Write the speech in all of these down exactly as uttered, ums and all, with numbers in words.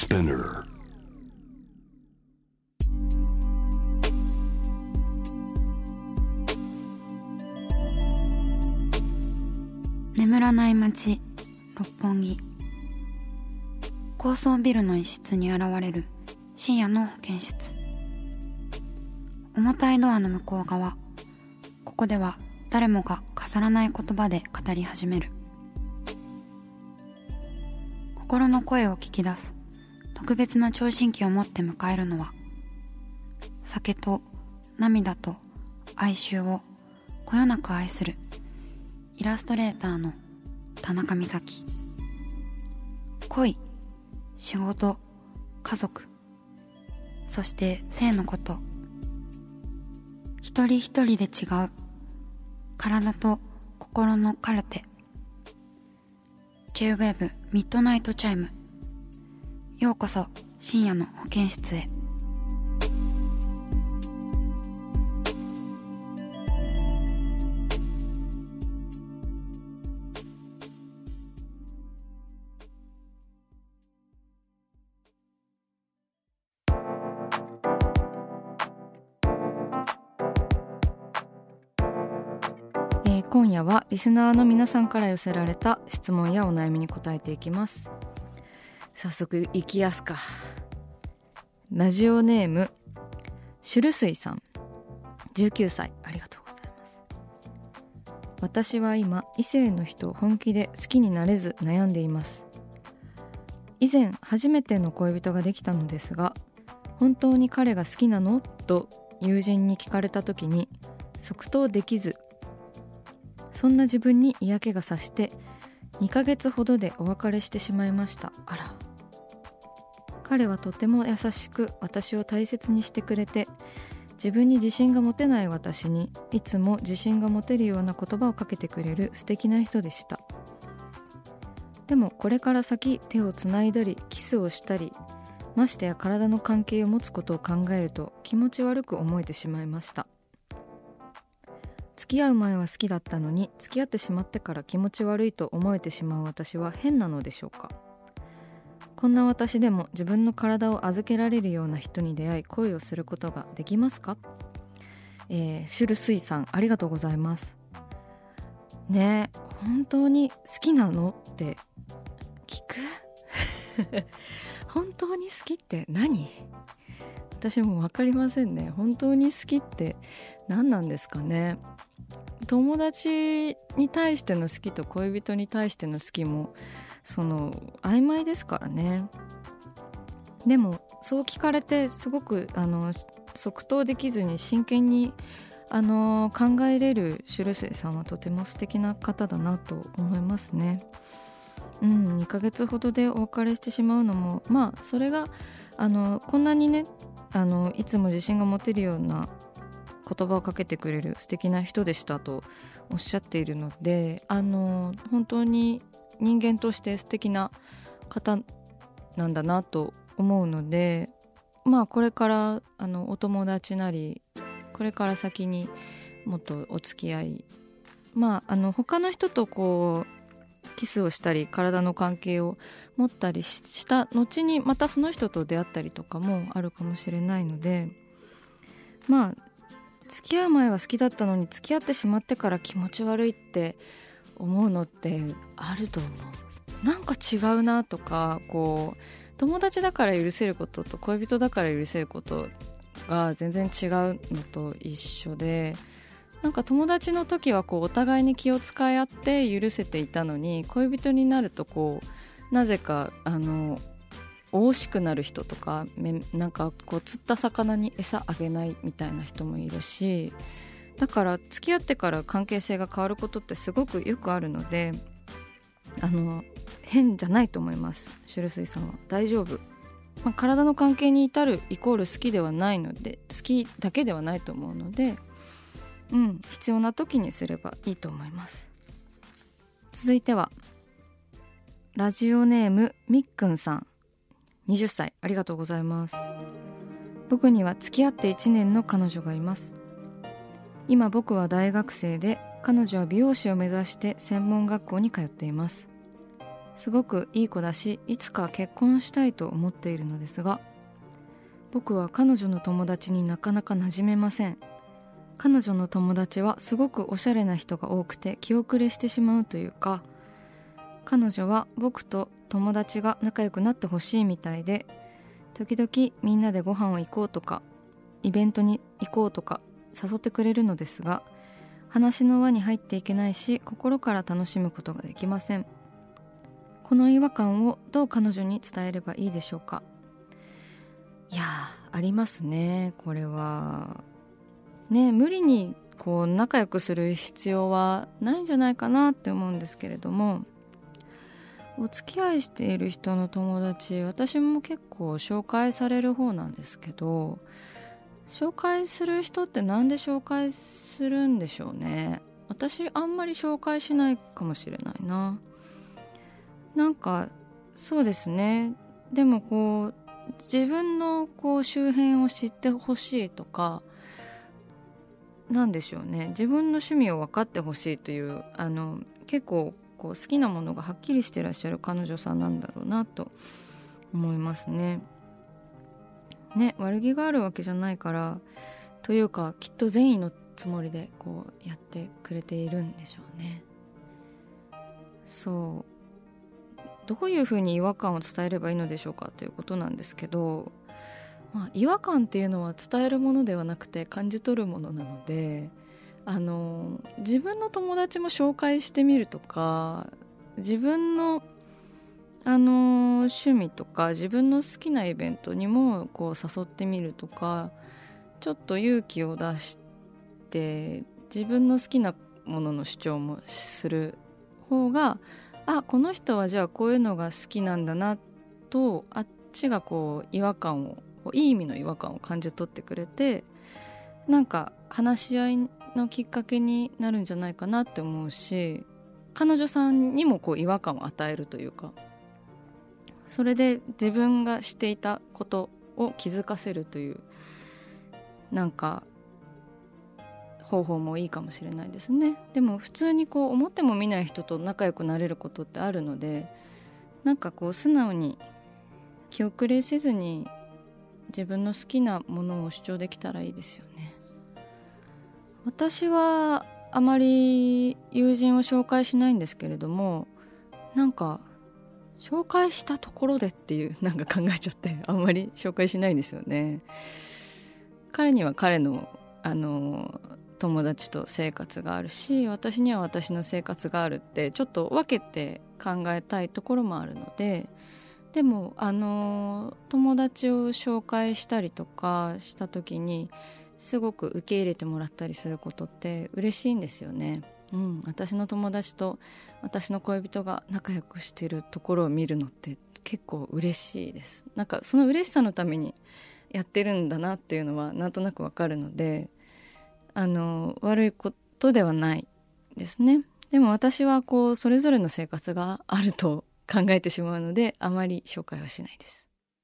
Spinner。 眠らない街六本木。高層ビルの一室に現れる深夜の保健室。重たいドアの向こう側、ここでは誰もが飾らない言葉で語り始める。心の声を聞き出す特別な聴診器を持って迎えるのは、酒と涙と哀愁をこよなく愛するイラストレーターの田中美咲。恋、仕事、家族、そして性のこと、一人一人で違う体と心のカルテ。 J-Wave ミッドナイトチャイム。ようこそ深夜の保健室へ。 今夜はリスナーの皆さんから寄せられた質問やお悩みに答えていきます。早速いきやすか。ラジオネームシュルスイさん、じゅうきゅうさい、ありがとうございます。私は今異性の人を本気で好きになれず悩んでいます。以前初めての恋人ができたのですが、本当に彼が好きなのと友人に聞かれた時に即答できず、そんな自分に嫌気がさしてにかげつほどでお別れしてしまいました。あら。彼はとても優しく私を大切にしてくれて、自分に自信が持てない私にいつも自信が持てるような言葉をかけてくれる素敵な人でした。でもこれから先手をつないだりキスをしたり、ましてや体の関係を持つことを考えると気持ち悪く思えてしまいました。付き合う前は好きだったのに、付き合ってしまってから気持ち悪いと思えてしまう私は変なのでしょうか。こんな私でも自分の体を預けられるような人に出会い恋をすることができますか。えー、シュルスイさん、ありがとうございますね。本当に好きなのって聞く本当に好きって何？私も分かりませんね。本当に好きって何なんですかね。友達に対しての好きと恋人に対しての好きもその曖昧ですからね。でもそう聞かれてすごくあの即答できずに真剣にあの考えれるシュルスイさんはとても素敵な方だなと思いますね。うん、にかげつほどでお別れしてしまうのも、まあそれがあのこんなにね、あのいつも自信が持てるような言葉をかけてくれる素敵な人でしたとおっしゃっているので、あの本当に人間として素敵な方なんだなと思うので、まあこれからあのお友達なりこれから先にもっとお付き合い、まああの他の人とこうキスをしたり体の関係を持ったりした後にまたその人と出会ったりとかもあるかもしれないので、まあ付き合う前は好きだったのに付き合ってしまってから気持ち悪いって思うのってあると思う。なんか違うなとか、こう友達だから許せることと恋人だから許せることが全然違うのと一緒で、なんか友達の時はこうお互いに気を使い合って許せていたのに、恋人になるとこうなぜかあの惜しくなる人とか、なんかこう釣った魚に餌あげないみたいな人もいるし、だから付き合ってから関係性が変わることってすごくよくあるので、あの変じゃないと思います。シュルスイさんは大丈夫、まあ、体の関係に至るイコール好きではないので、好きだけではないと思うので、うん、必要な時にすればいいと思います。続いてはラジオネームみっくんさん、はたち、ありがとうございます。僕には付き合っていちねんの彼女がいます。今僕は大学生で、彼女は美容師を目指して専門学校に通っています。 すごくいい子だし、いつか結婚したいと思っているのですが、僕は彼女の友達になかなか馴染めません。彼女の友達はすごくおしゃれな人が多くて気遅れしてしまうというか、彼女は僕と友達が仲良くなってほしいみたいで、時々みんなでご飯を行こうとかイベントに行こうとか誘ってくれるのですが、話の輪に入っていけないし、心から楽しむことができません。この違和感をどう彼女に伝えればいいでしょうか。いやー、ありますね。これはね、無理にこう仲良くする必要はないんじゃないかなって思うんですけれども、お付き合いしている人の友達、私も結構紹介される方なんですけど、紹介する人ってなんで紹介するんでしょうね。私あんまり紹介しないかもしれないな。なんかそうですね。でもこう自分のこう周辺を知ってほしいとか、なんでしょうね、自分の趣味を分かってほしいという、あの結構こう好きなものがはっきりしてらっしゃる彼女さんなんだろうなと思いますね。ね、悪気があるわけじゃないから、というかきっと善意のつもりでこうやってくれているんでしょうね。そう、どういうふうに違和感を伝えればいいのでしょうかということなんですけど、まあ、違和感っていうのは伝えるものではなくて感じ取るものなので、あの自分の友達も紹介してみるとか、自分の、あの趣味とか自分の好きなイベントにもこう誘ってみるとか、ちょっと勇気を出して自分の好きなものの主張もする方が、あ、この人はじゃあこういうのが好きなんだなと、あっちがこう違和感を、いい意味の違和感を感じ取ってくれて、なんか話し合いのきっかけになるんじゃないかなって思うし、彼女さんにもこう違和感を与えるというか、それで自分がしていたことを気づかせるという、なんか方法もいいかもしれないですね。でも普通にこう思っても見ない人と仲良くなれることってあるので、なんかこう素直に気遅れせずに自分の好きなものを主張できたらいいですよね。私はあまり友人を紹介しないんですけれども、なんか紹介したところでっていう、なんか考えちゃってあんまり紹介しないんですよね。彼には彼のあの友達と生活があるし、私には私の生活があるって、ちょっと分けて考えたいところもあるので、でもあの友達を紹介したりとかした時にすごく受け入れてもらったりすることって嬉しいんですよね。うん、私の友達と私の恋人が仲良くしているところを見るのって結構嬉しいです。なんかその嬉しさのためにやってるんだなっていうのはなんとなくわかるので、あの悪いことではないですね。でも私はこうそれぞれの生活があると考えてしまうので、あまり紹介はしないです。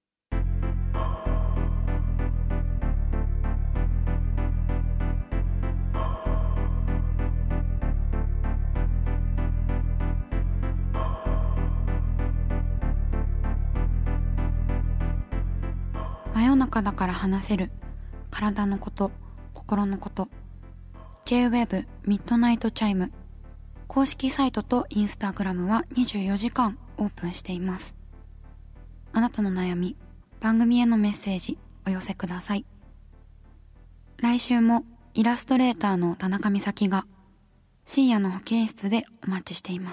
真夜中だから話せる体のこと、心のこと。 ジェイウェブ ミッドナイトチャイム公式サイトとインスタグラムはにじゅうよじかんオープンしています。あなたの悩み、番組へのメッセージお寄せください。来週もイラストレーターの田中美咲が深夜の保健室でお待ちしています。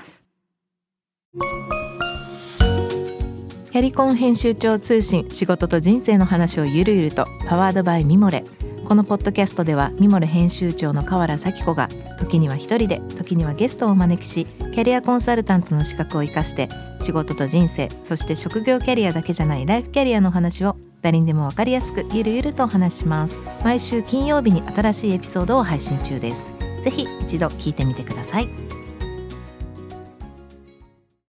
キャリコン編集長通信、仕事と人生の話をゆるゆると、パワードバイミモレ。このポッドキャストではミモレ編集長の河原咲子が時には一人で、時にはゲストをお招きし、キャリアコンサルタントの資格を生かして仕事と人生、そして職業キャリアだけじゃないライフキャリアの話を誰にでも分かりやすくゆるゆるとお話します。毎週金曜日に新しいエピソードを配信中です。ぜひ一度聞いてみてください。